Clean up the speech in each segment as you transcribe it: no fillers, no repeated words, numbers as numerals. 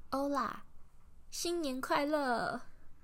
欧啦，新年快乐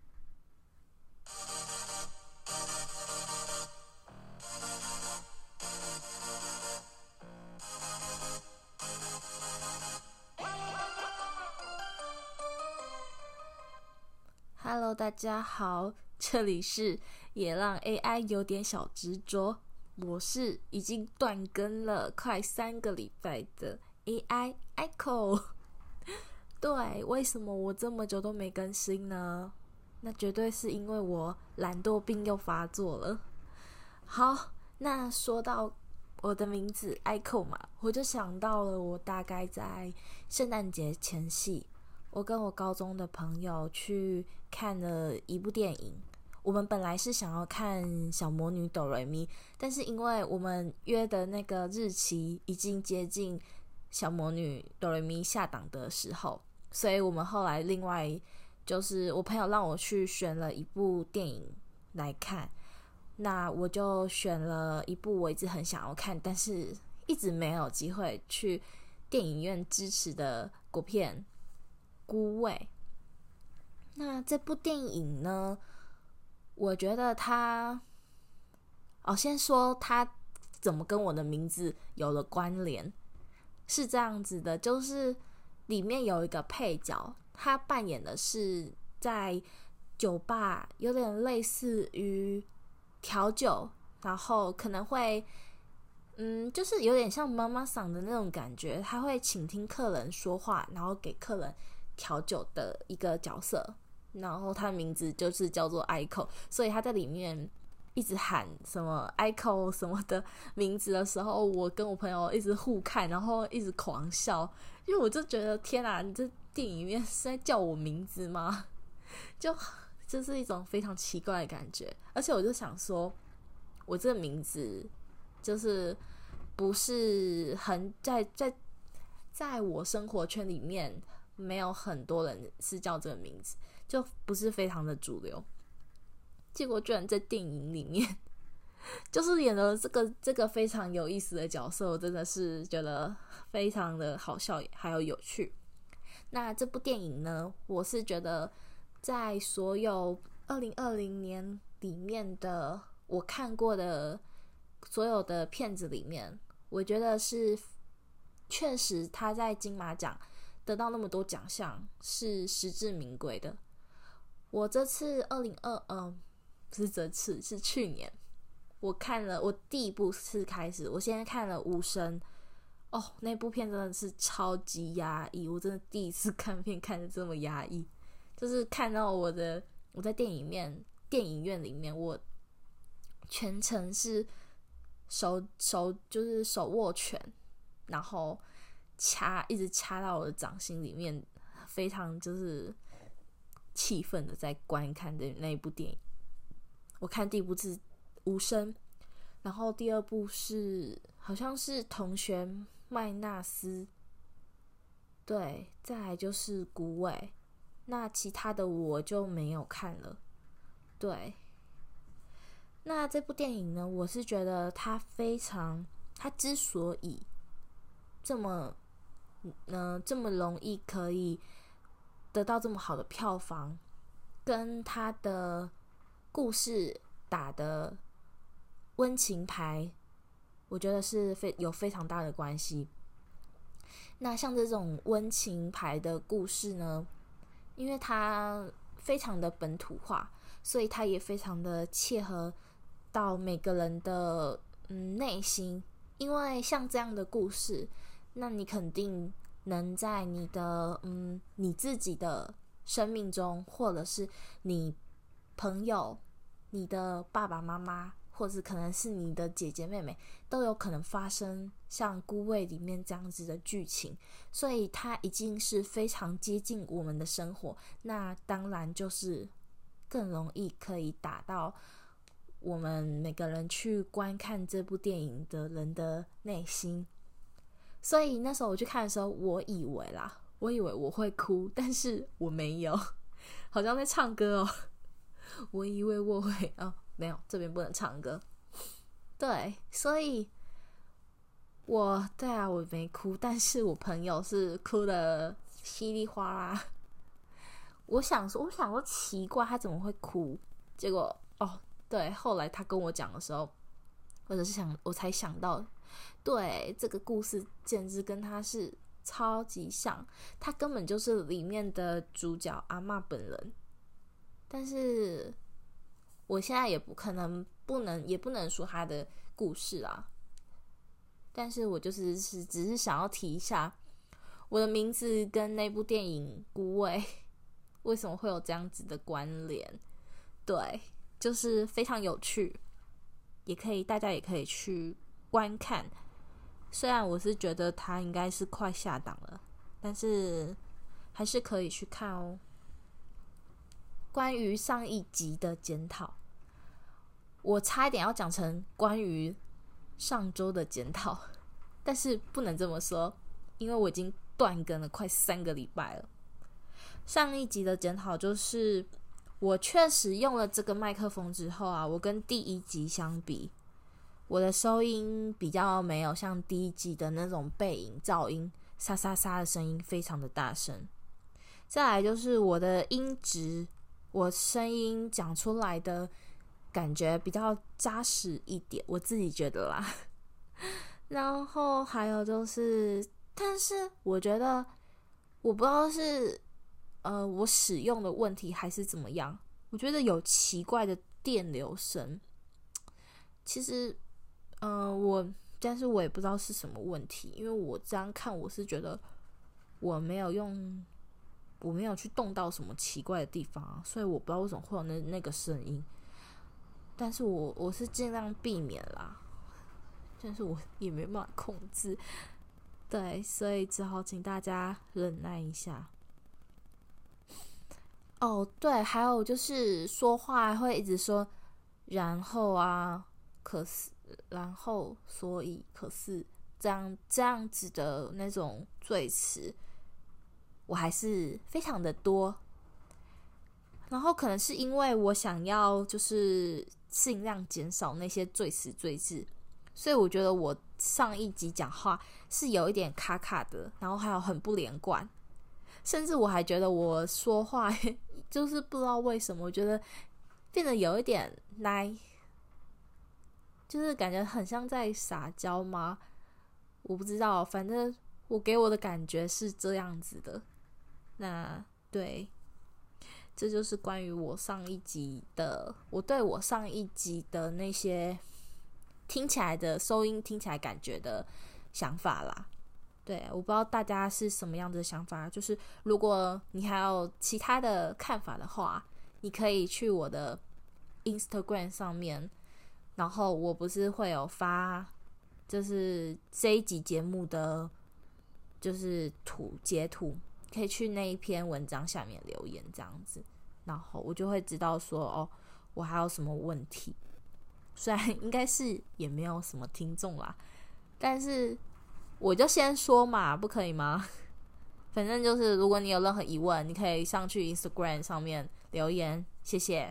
！Hello， 大家好，这里是也让 AI 有点小执着，我是已经断更了快3个礼拜的 AI Echo。对，为什么我这么久都没更新呢？那绝对是因为我懒惰病又发作了。好，那说到我的名字 Echo 嘛，我就想到了我大概在圣诞节前夕，我跟我高中的朋友去看了一部电影。我们本来是想要看小魔女哆瑞咪，但是因为我们约的那个日期已经接近小魔女哆瑞咪下档的时候，所以我们后来另外就是我朋友让我去选了一部电影来看，那我就选了一部我一直很想要看，但是一直没有机会去电影院支持的国片《孤味》。那这部电影呢，我觉得它先说它怎么跟我的名字有了关联。是这样子的，就是里面有一个配角，他扮演的是在酒吧有点类似于调酒，然后可能会就是有点像妈妈桑的那种感觉，他会倾听客人说话，然后给客人调酒的一个角色。然后他的名字就是叫做 Echo， 所以他在里面一直喊什么 Echo 什么的名字的时候，我跟我朋友一直互看，然后一直狂笑，因为我就觉得天啊，你这电影里面是在叫我名字吗？就是一种非常奇怪的感觉。而且我就想说，我这个名字就是不是很在我生活圈里面没有很多人是叫这个名字，就不是非常的主流。结果居然在电影里面就是演了这个非常有意思的角色，我真的是觉得非常的好笑还有有趣。那这部电影呢，我是觉得在所有2020年里面的我看过的所有的片子里面，我觉得是确实他在金马奖得到那么多奖项是实至名归的。我这次不是这次，是去年我看了，我第一部次开始，我现在看了无声。那部片真的是超级压抑，我真的第一次看片看得这么压抑，就是看到我在电影院里面，我全程是就是手握拳，然后一直掐到我的掌心里面，非常就是气愤的在观看的那一部电影。我看第一部是无声，然后第二部是好像是同学麦纳斯，对，再来就是孤味，那其他的我就没有看了。对，那这部电影呢，我是觉得它之所以这么容易可以得到这么好的票房，跟它的故事打的温情牌，我觉得是有非常大的关系。那像这种温情牌的故事呢，因为它非常的本土化，所以它也非常的切合到每个人的内心。因为像这样的故事，那你肯定能在你自己的生命中，或者是你朋友、你的爸爸妈妈，或者可能是你的姐姐妹妹，都有可能发生像孤味里面这样子的剧情，所以它已经是非常接近我们的生活，那当然就是更容易可以打到我们每个人去观看这部电影的人的内心。所以那时候我去看的时候，我以为我会哭，但是我没有，好像在唱歌哦。我以为我会没有，这边不能唱歌。对，所以我没哭，但是我朋友是哭的稀里哗啦， 我想说奇怪，他怎么会哭？结果对，后来他跟我讲的时候，我才想到，对，这个故事简直跟他是超级像，他根本就是里面的主角阿嬷本人。但是我现在也不能说他的故事啊。但是我只是想要提一下，我的名字跟那部电影《孤味》为什么会有这样子的关联？对，就是非常有趣，大家也可以去观看。虽然我是觉得它应该是快下档了，但是还是可以去看哦。关于上一集的检讨，我差一点要讲成关于上周的检讨，但是不能这么说，因为我已经断更了快3个礼拜了。上一集的检讨就是我确实用了这个麦克风之后啊，我跟第一集相比，我的收音比较没有像第一集的那种背影噪音沙沙沙的声音非常的大声。再来就是我的音质，我声音讲出来的感觉比较扎实一点，我自己觉得啦。然后还有就是，但是我觉得我不知道是我使用的问题还是怎么样，我觉得有奇怪的电流声。其实但是我也不知道是什么问题，因为我这样看，我是觉得我没有去动到什么奇怪的地方啊，所以我不知道为什么会有那个声音。但是我是尽量避免啦，但是我也没办法控制，对，所以只好请大家忍耐一下。对，还有就是说话会一直说然后啊，可是，然后所以可是这样子的那种赘词，我还是非常的多。然后可能是因为我想要就是尽量减少那些赘词赘字，所以我觉得我上一集讲话是有一点卡卡的，然后还有很不连贯，甚至我还觉得我说话就是不知道为什么，我觉得变得有一点奶，就是感觉很像在撒娇吗？我不知道，反正我给我的感觉是这样子的。那对，这就是关于我对我上一集的那些听起来的收音听起来感觉的想法啦。对，我不知道大家是什么样的想法，就是如果你还有其他的看法的话，你可以去我的 Instagram 上面，然后我不是会有发就是这一集节目的就是截图，可以去那一篇文章下面留言这样子，然后我就会知道说我还有什么问题。虽然应该是也没有什么听众啦，但是我就先说嘛，不可以吗？反正就是如果你有任何疑问，你可以上去 Instagram 上面留言，谢谢。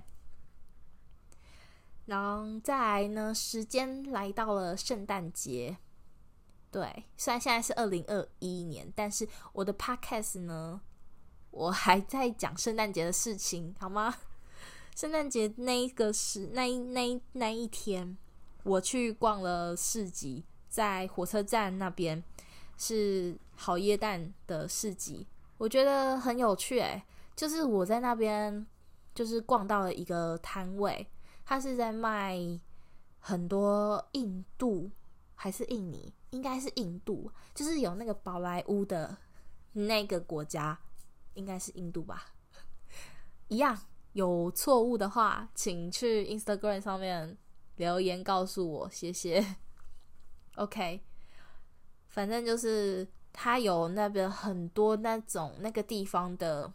然后再来呢，时间来到了圣诞节。对，虽然现在是2021年，但是我的 podcast 呢，我还在讲圣诞节的事情，好吗？圣诞节那一天，我去逛了市集，在火车站那边是好耶诞的市集，我觉得很有趣就是我在那边就是逛到了一个摊位，他是在卖很多印度还是印尼，应该是印度，就是有那个宝莱坞的那个国家，应该是印度吧，一样。有错误的话，请去 Instagram 上面留言告诉我，谢谢。OK， 反正就是它有那边很多那种那个地方的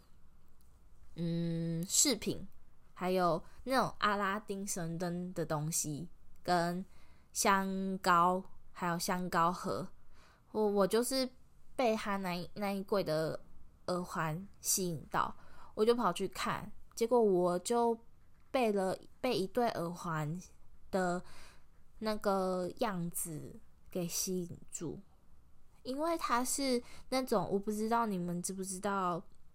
饰品，还有那种阿拉丁神灯的东西，跟香膏，还有香膏盒。我就是被它那一柜的耳环吸引到，我就跑去看。结果我就被一对耳环的那个样子给吸引住，因为它是那种我不知道你们知不知道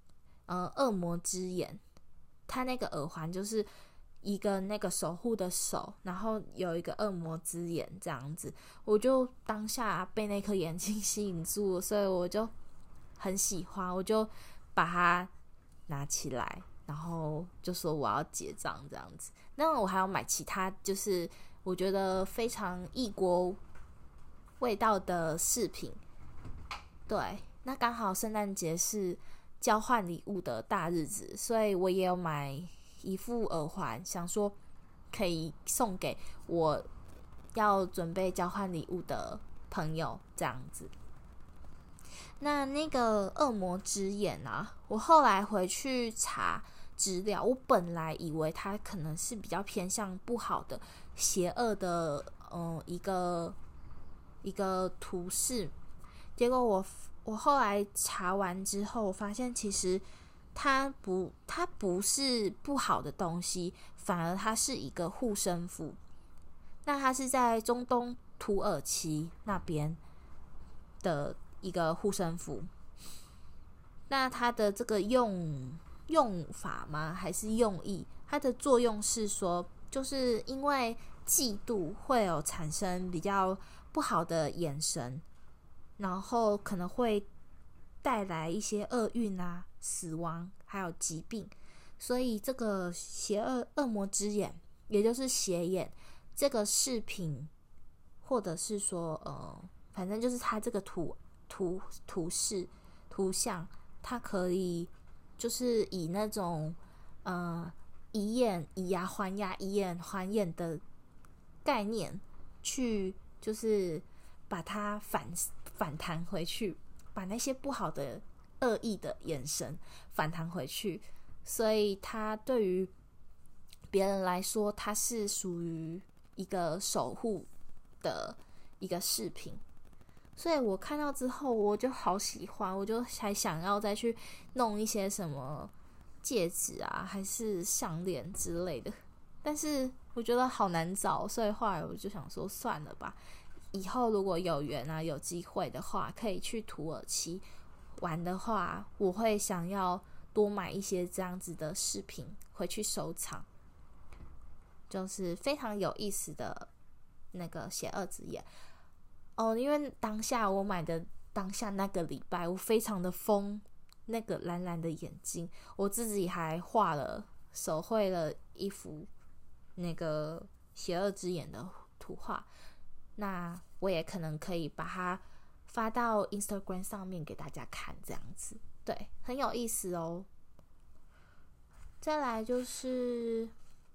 恶魔之眼，它那个耳环就是一个那个守护的手，然后有一个恶魔之眼这样子，我就当下被那颗眼睛吸引住了，所以我就很喜欢，我就把它拿起来，然后就说我要结账这样子。那我还要买其他就是我觉得非常异国味道的饰品。对，那刚好圣诞节是交换礼物的大日子，所以我也有买一副耳环，想说可以送给我要准备交换礼物的朋友这样子。那个恶魔之眼啊，我后来回去查资料，我本来以为它可能是比较偏向不好的、邪恶的一个图示，结果我后来查完之后，我发现其实它不是不好的东西，反而它是一个护身符。那它是在中东土耳其那边的一个护身符。那它的这个用法吗？还是用意？它的作用是说，就是因为嫉妒会有产生比较不好的眼神，然后可能会带来一些厄运啊、死亡还有疾病，所以这个恶魔之眼，也就是邪眼，这个饰品或者是说反正就是它这个图示图像，它可以就是以那种以牙还牙、以眼还眼的概念去，就是把它反弹回去，把那些不好的恶意的眼神反弹回去，所以它对于别人来说，它是属于一个守护的一个饰品。所以我看到之后我就好喜欢，我就还想要再去弄一些什么戒指啊还是项链之类的，但是我觉得好难找，所以后来我就想说算了吧，以后如果有缘啊有机会的话可以去土耳其玩的话，我会想要多买一些这样子的饰品回去收藏，就是非常有意思的那个邪恶之眼。因为当下我买的当下那个礼拜，我非常的疯那个蓝蓝的眼睛，我自己还手绘了一幅那个邪恶之眼的图画，那我也可能可以把它发到 Instagram 上面给大家看，这样子，对，很有意思哦。再来就是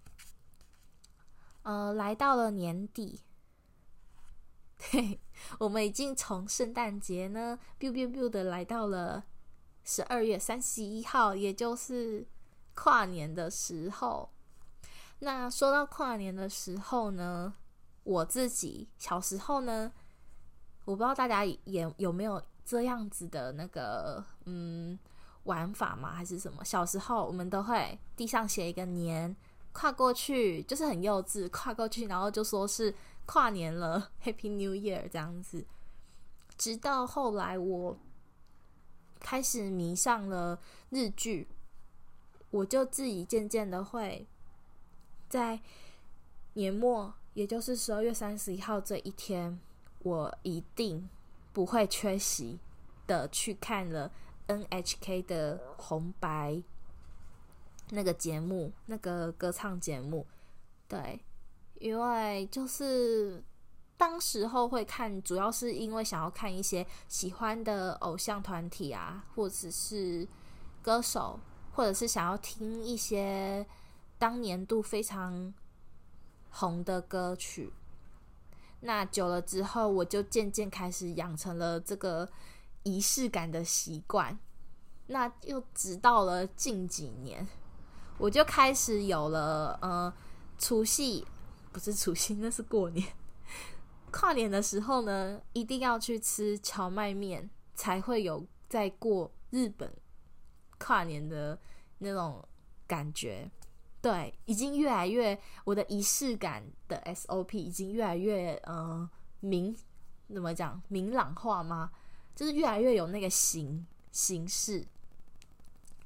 来到了年底，对，我们已经从圣诞节呢 biu biu biu 的来到了12月31号，也就是跨年的时候。那说到跨年的时候呢，我自己小时候呢，我不知道大家也有没有这样子的那个玩法吗？还是什么？小时候我们都会地上写一个年，跨过去，就是很幼稚，跨过去然后就说是跨年了 Happy New Year 这样子。直到后来我开始迷上了日剧，我就自己渐渐的会在年末，也就是12月31号这一天，我一定不会缺席的去看了 NHK 的红白那个节目，那个歌唱节目。对，因为就是当时候会看，主要是因为想要看一些喜欢的偶像团体啊，或者是歌手，或者是想要听一些当年度非常红的歌曲。那久了之后，我就渐渐开始养成了这个仪式感的习惯。那又直到了近几年，我就开始有了除夕，不是除夕，那是过年。跨年的时候呢，一定要去吃荞麦面，才会有在过日本跨年的那种感觉。对，已经越来越，我的仪式感的 SOP 已经越来越怎么讲，明朗化吗？就是越来越有那个形式。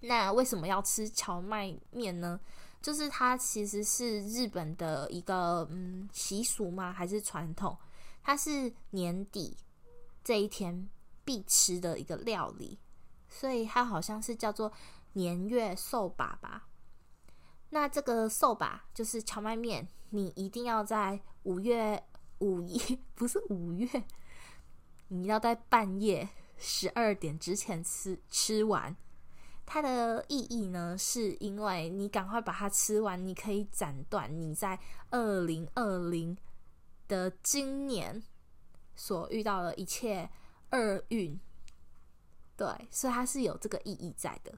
那为什么要吃荞麦面呢？就是它其实是日本的一个习俗吗？还是传统？它是年底这一天必吃的一个料理，所以它好像是叫做年月寿把吧。那这个寿把就是荞麦面，你一定要在不是5月，你要在半夜12点之前吃完。它的意义呢，是因为你赶快把它吃完，你可以斩断你在2020的今年所遇到的一切厄运。对，所以它是有这个意义在的。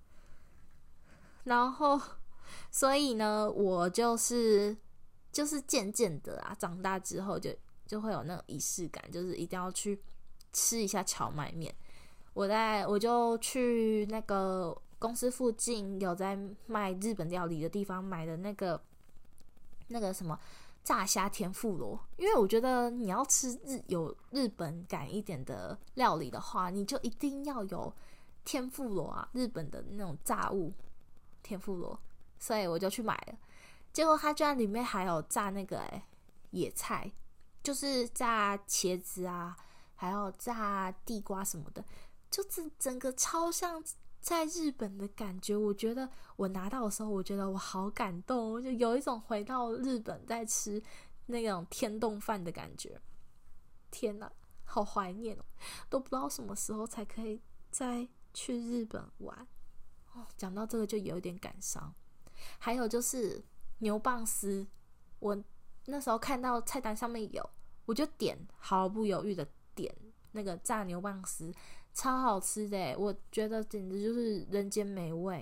然后所以呢，我就是渐渐的长大之后就会有那种仪式感，就是一定要去吃一下荞麦面。我就去那个公司附近有在卖日本料理的地方买的那个什么炸虾天妇罗，因为我觉得你要吃有日本感一点的料理的话，你就一定要有天妇罗啊，日本的那种炸物天妇罗，所以我就去买了。结果它居然里面还有炸那个野菜，就是炸茄子啊，还有炸地瓜什么的，就整个超像在日本的感觉。我觉得我拿到的时候，我觉得我好感动，就有一种回到日本在吃那种天冻饭的感觉。天哪，好怀念哦，都不知道什么时候才可以再去日本玩。讲到这个就有一点感伤。还有就是牛蒡丝，我那时候看到菜单上面有，我就毫不犹豫的点那个炸牛蒡丝，超好吃的，我觉得简直就是人间美味。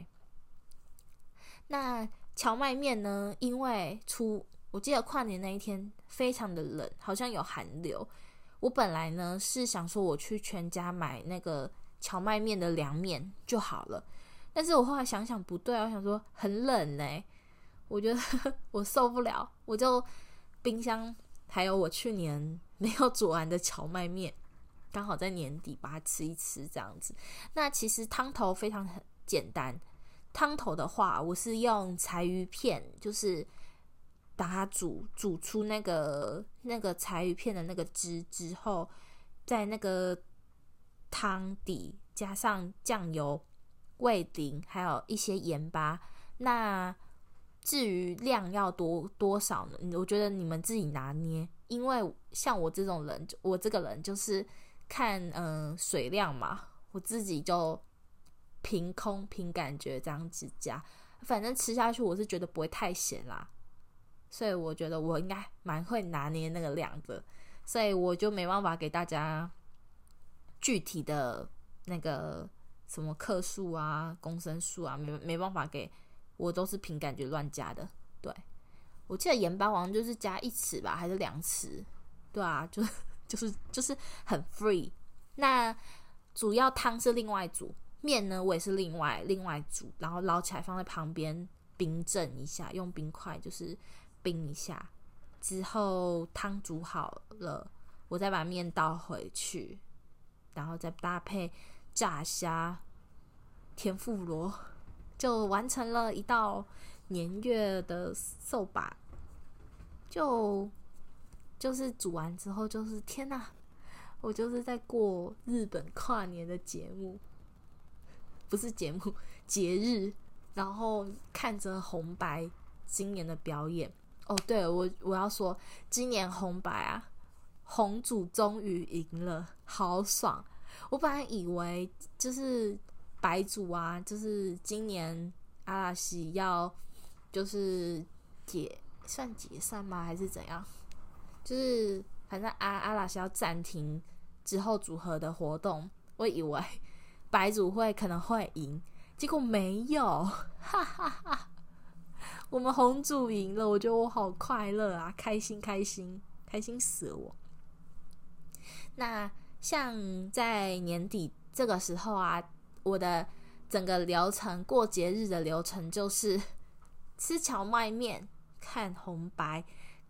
那荞麦面呢，因为我记得跨年那一天非常的冷，好像有寒流。我本来呢是想说我去全家买那个荞麦面的凉面就好了，但是我后来想想不对，我想说很冷我觉得我受不了，我就冰箱还有我去年没有煮完的荞麦面，刚好在年底把它吃一吃这样子。那其实汤头非常很简单，汤头的话我是用柴鱼片，就是把它煮出那个柴鱼片的那个汁之后，在那个汤底加上酱油、味淋还有一些盐巴。那至于量要多少呢？我觉得你们自己拿捏，因为像我这种人，我这个人就是看水量嘛，我自己就凭感觉这样子加，反正吃下去我是觉得不会太咸啦，所以我觉得我应该蛮会拿捏那个量的，所以我就没办法给大家具体的那个什么克数啊、公升数啊，没办法给，我都是凭感觉乱加的。对，我记得盐巴好像就是加1匙吧，还是2匙？对啊，就是很 free。那主要汤是另外煮，面呢我也是另外煮，然后捞起来放在旁边冰镇一下，用冰块就是冰一下，之后汤煮好了，我再把面倒回去，然后再搭配炸虾、天妇罗，就完成了一道年月的寿把。就是煮完之后，就是天哪，我就是在过日本跨年的节目，不是节目，节日，然后看着红白今年的表演。对，我要说，今年红白啊，红组终于赢了，好爽！我本来以为就是白组啊，就是今年阿拉西要就是算解散吗？还是怎样？就是反正阿拉西要暂停之后组合的活动，我以为白组可能会赢，结果没有，哈哈哈！我们红组赢了，我觉得我好快乐啊，开心死了我。那像在年底这个时候啊，我的整个流程，过节日的流程就是吃荞麦面、看红白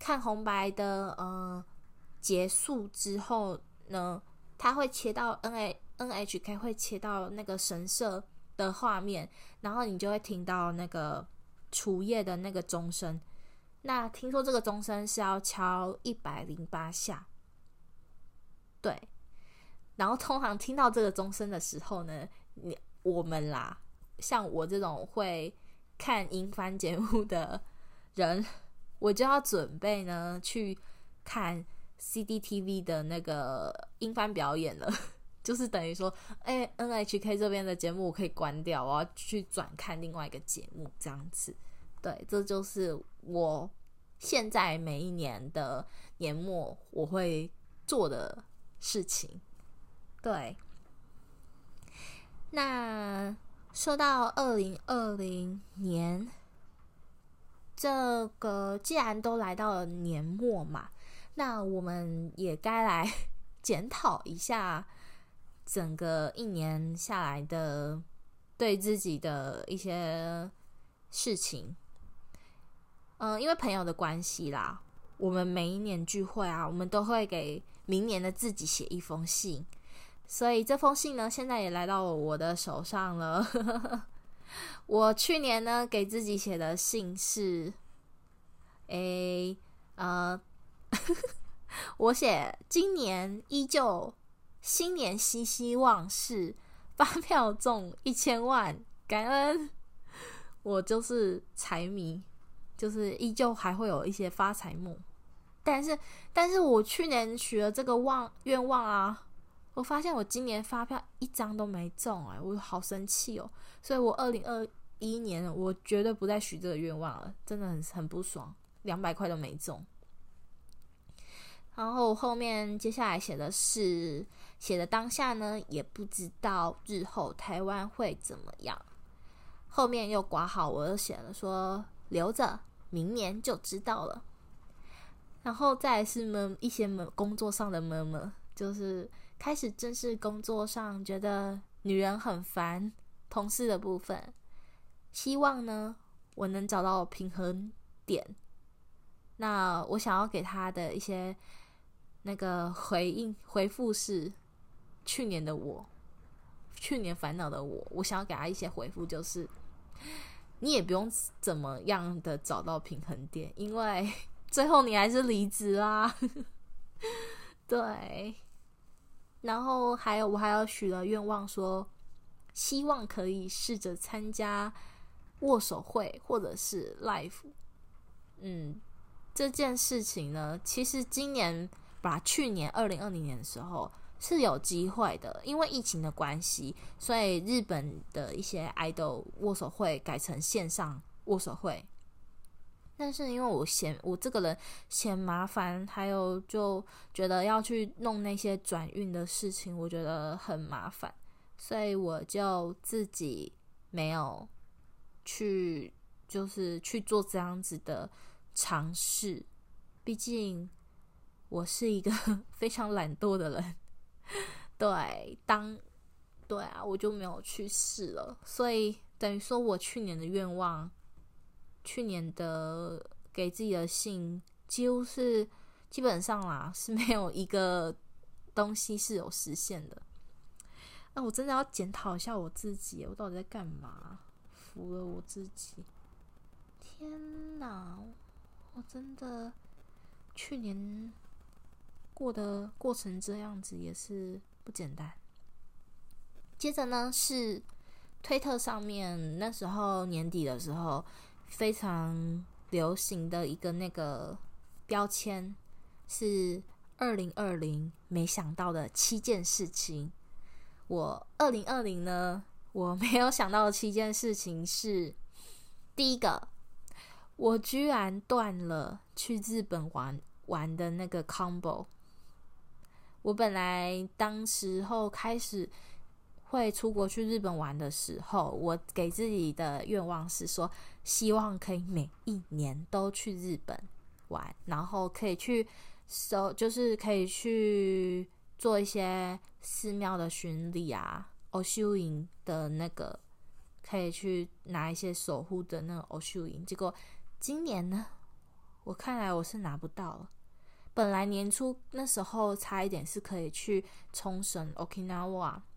的结束之后呢，它会切到 NHK 会切到那个神社的画面，然后你就会听到那个除夜的那个钟声。那听说这个钟声是要敲108下，对。然后通常听到这个钟声的时候呢，我们啦，像我这种会看英翻节目的人，我就要准备呢去看 CCTV 的那个英翻表演了。就是等于说NHK 这边的节目我可以关掉，我要去转看另外一个节目这样子。对，这就是我现在每一年的年末我会做的事情。对，那说到2020年，这个既然都来到了年末嘛，那我们也该来检讨一下整个一年下来的对自己的一些事情。因为朋友的关系啦，我们每一年聚会啊，我们都会给明年的自己写一封信，所以这封信呢，现在也来到我的手上了。我去年呢给自己写的信是，我写今年依旧新年新希望是发票中1000万，感恩。我就是财迷，就是依旧还会有一些发财梦。但是我去年许了这个愿望啊，我发现我今年发票一张都没中，我好生气哦。所以我2021年我绝对不再许这个愿望了，真的很不爽，200块都没中。然后后面接下来写的当下呢，也不知道日后台湾会怎么样。后面又括号，我又写了说留着，明年就知道了。然后再来是一些工作上的就是开始正式工作上觉得女人很烦，同事的部分，希望呢我能找到平衡点。那我想要给他的一些那个回复是去年烦恼的我想要给他一些回复，就是你也不用怎么样的找到平衡点，因为最后你还是离职啦。对，然后我还有许了愿望说，希望可以试着参加握手会或者是 live。这件事情呢，其实去年2020年的时候是有机会的，因为疫情的关系，所以日本的一些 idol 握手会改成线上握手会。但是因为我这个人嫌麻烦，还有就觉得要去弄那些转运的事情，我觉得很麻烦，所以我就自己没有去做这样子的尝试。毕竟我是一个非常懒惰的人，对啊，我就没有去试了。所以等于说我去年的愿望，去年的给自己的信，基本上啦是没有一个东西是有实现的。我真的要检讨一下我自己，我到底在干嘛？服了我自己！天哪，我真的去年过成这样子也是不简单。接着呢是推特上面那时候年底的时候非常流行的一个那个标签是2020没想到的7件事情。我2020呢，我没有想到的7件事情是：第一个，我居然断了去日本玩的那个 combo。我本来当时候开始会出国去日本玩的时候，我给自己的愿望是说，希望可以每一年都去日本玩，然后可以去就是可以去做一些寺庙的巡礼啊，欧修营的那个可以去拿一些守护的那个欧修营。结果今年呢，我看来我是拿不到了。本来年初那时候差一点是可以去冲绳 Okinawa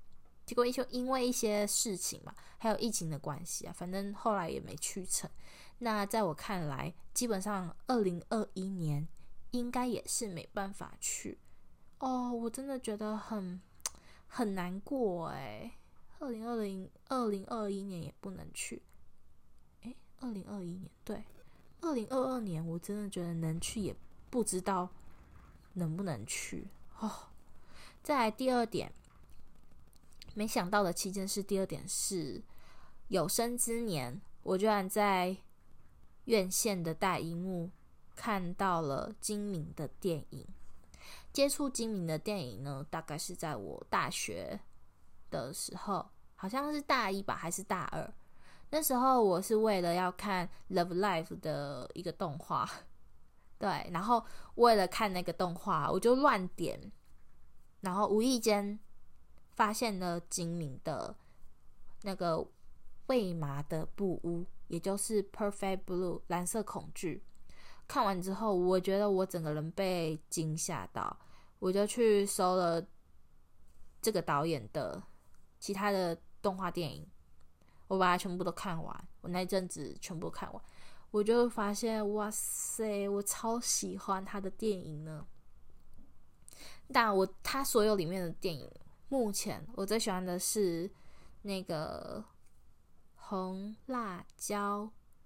结果因为一些事情嘛，还有疫情的关系啊，反正后来也没去成。那在我看来，基本上2021年应该也是没办法去哦，我真的觉得很难过哎。2021年也不能去，2021年对，2022年我真的觉得能去也不知道能不能去哦。再来第二点，没想到的7件事，第二点是有生之年，我居然在院线的大萤幕看到了今敏的电影。接触今敏的电影呢，大概是在我大学的时候，好像是大1吧，还是大2。那时候我是为了要看 Love Live 的一个动画，对，然后为了看那个动画，我就乱点，然后无意间发现了今敏的那个未麻的布屋，也就是 Perfect Blue 蓝色恐惧。看完之后，我觉得我整个人被惊吓到，我就去搜了这个导演的其他的动画电影，我把它全部都看完。我那一阵子全部都看完，我就发现哇塞，我超喜欢他的电影呢。但他所有里面的电影，目前我最喜欢的是那个红辣椒，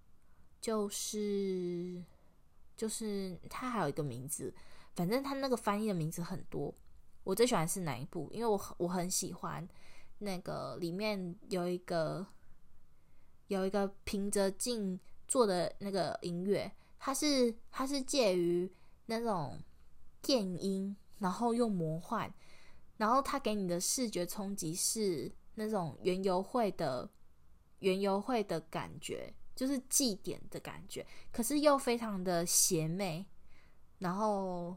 就是他还有一个名字，反正他那个翻译的名字很多。我最喜欢是哪一部？因为我很喜欢那个里面有一个凭着镜做的那个音乐，它是介于那种电音，然后又魔幻，然后它给你的视觉冲击是那种园游会的感觉，就是祭典的感觉，可是又非常的邪魅，然后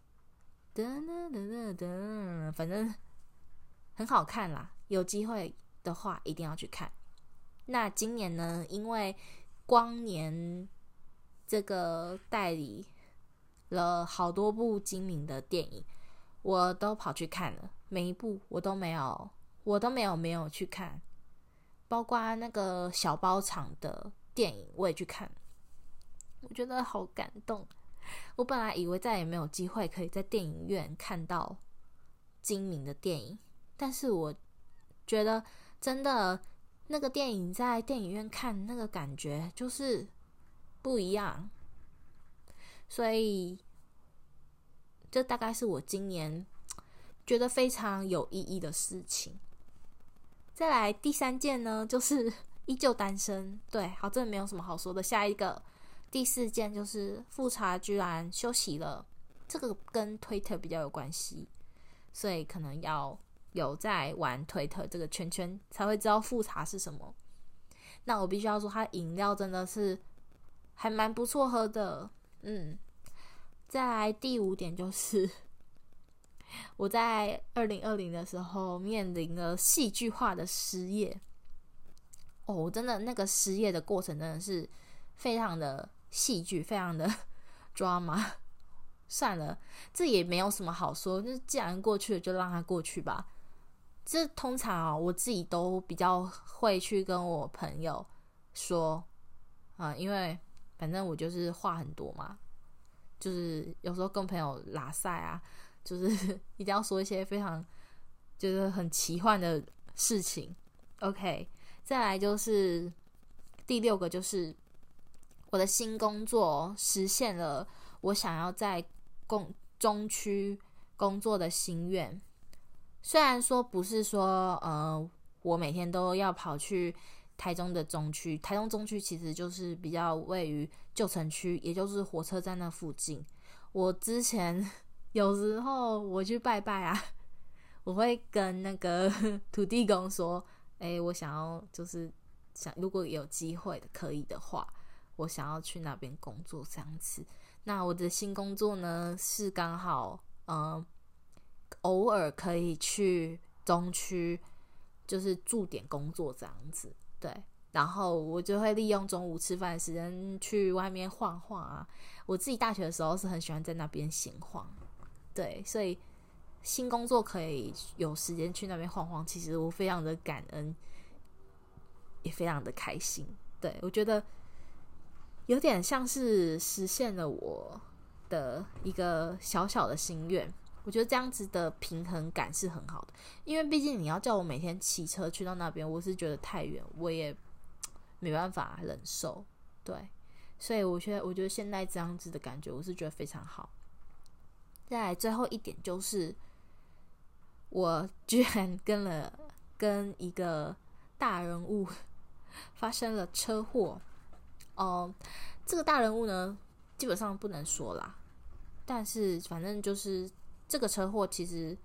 反正很好看啦，有机会的话一定要去看。那今年呢，因为光年这个代理了好多部精明的电影，我都跑去看了，每一部我都没有去看，包括那个小包场的电影我也去看，我觉得好感动。我本来以为再也没有机会可以在电影院看到精明的电影，但是我觉得真的那个电影在电影院看那个感觉就是不一样，所以这大概是我今年觉得非常有意义的事情。再来第3件呢，就是依旧单身。对，好，这没有什么好说的。下一个第4件就是富察居然休息了，这个跟推特比较有关系，所以可能要有在玩推特这个圈圈才会知道富察是什么。那我必须要说，它饮料真的是还蛮不错喝的。再来第5点就是我在2020的时候面临了戏剧化的失业。我真的那个失业的过程真的是非常的戏剧，非常的drama。算了，这也没有什么好说，就是既然过去了就让它过去吧。这通常我自己都比较会去跟我朋友说因为反正我就是话很多嘛，就是有时候跟朋友拉塞啊，就是一定要说一些非常就是很奇幻的事情。 OK， 再来就是第6个，就是我的新工作实现了我想要在中区工作的心愿。虽然说不是说我每天都要跑去台中的中区，台中中区其实就是比较位于旧城区，也就是火车站那附近。我之前有时候我去拜拜啊，我会跟那个土地公说我想要就是如果有机会可以的话，我想要去那边工作这样子。那我的新工作呢是刚好偶尔可以去中区就是驻点工作这样子，对，然后我就会利用中午吃饭的时间去外面晃晃啊。我自己大学的时候是很喜欢在那边闲晃，对，所以新工作可以有时间去那边晃晃，其实我非常的感恩，也非常的开心。对，我觉得有点像是实现了我的一个小小的心愿。我觉得这样子的平衡感是很好的，因为毕竟你要叫我每天骑车去到那边，我是觉得太远，我也没办法忍受。对，所以我觉得现在这样子的感觉，我是觉得非常好。再来最后一点就是，我居然跟一个大人物发生了车祸。这个大人物呢，基本上不能说啦，但是反正就是这个车祸其实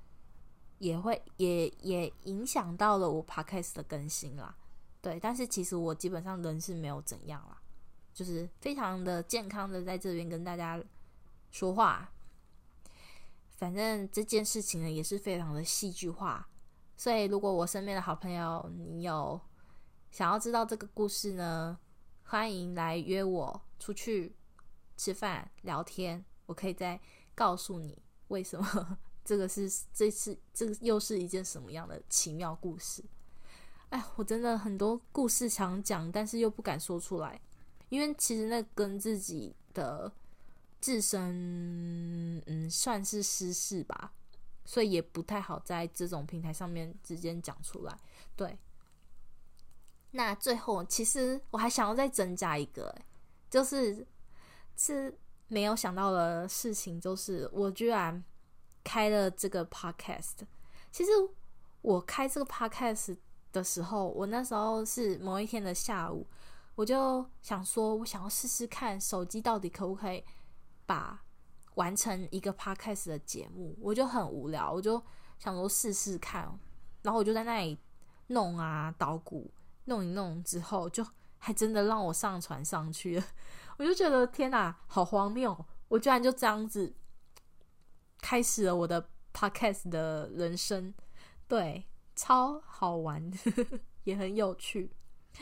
也影响到了我 podcast 的更新啦。对，但是其实我基本上人是没有怎样啦，就是非常的健康的在这边跟大家说话。反正这件事情呢也是非常的戏剧化，所以如果我身边的好朋友你有想要知道这个故事呢，欢迎来约我出去吃饭聊天，我可以再告诉你为什么这个又是一件什么样的奇妙故事。我真的很多故事想讲，但是又不敢说出来，因为其实那跟自己的自身算是私事吧，所以也不太好在这种平台上面直接讲出来。对，那最后其实我还想要再增加一个，就是没有想到的事情，就是我居然开了这个 podcast。其实我开这个 podcast 的时候，我那时候是某一天的下午，我就想说我想要试试看手机到底可不可以完成一个 podcast 的节目。我就很无聊，我就想说试试看，然后我就在那里弄啊捣鼓，弄一弄之后，就还真的让我上传上去了。我就觉得天哪，好荒谬！我居然就这样子开始了我的 podcast 的人生。对，超好玩也很有趣。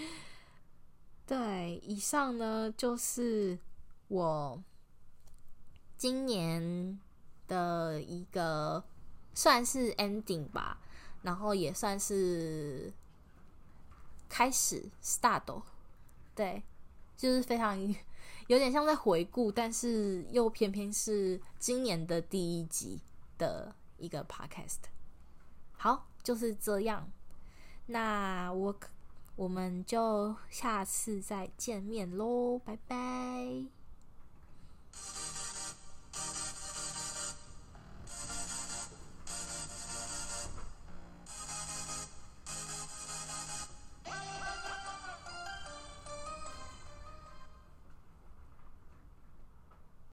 对，以上呢就是我今年的一个算是 ending 吧，然后也算是开始 start。 对，就是非常有点像在回顾，但是又偏偏是今年的第一集的一个 podcast。 好，就是这样，那我们就下次再见面咯，拜拜。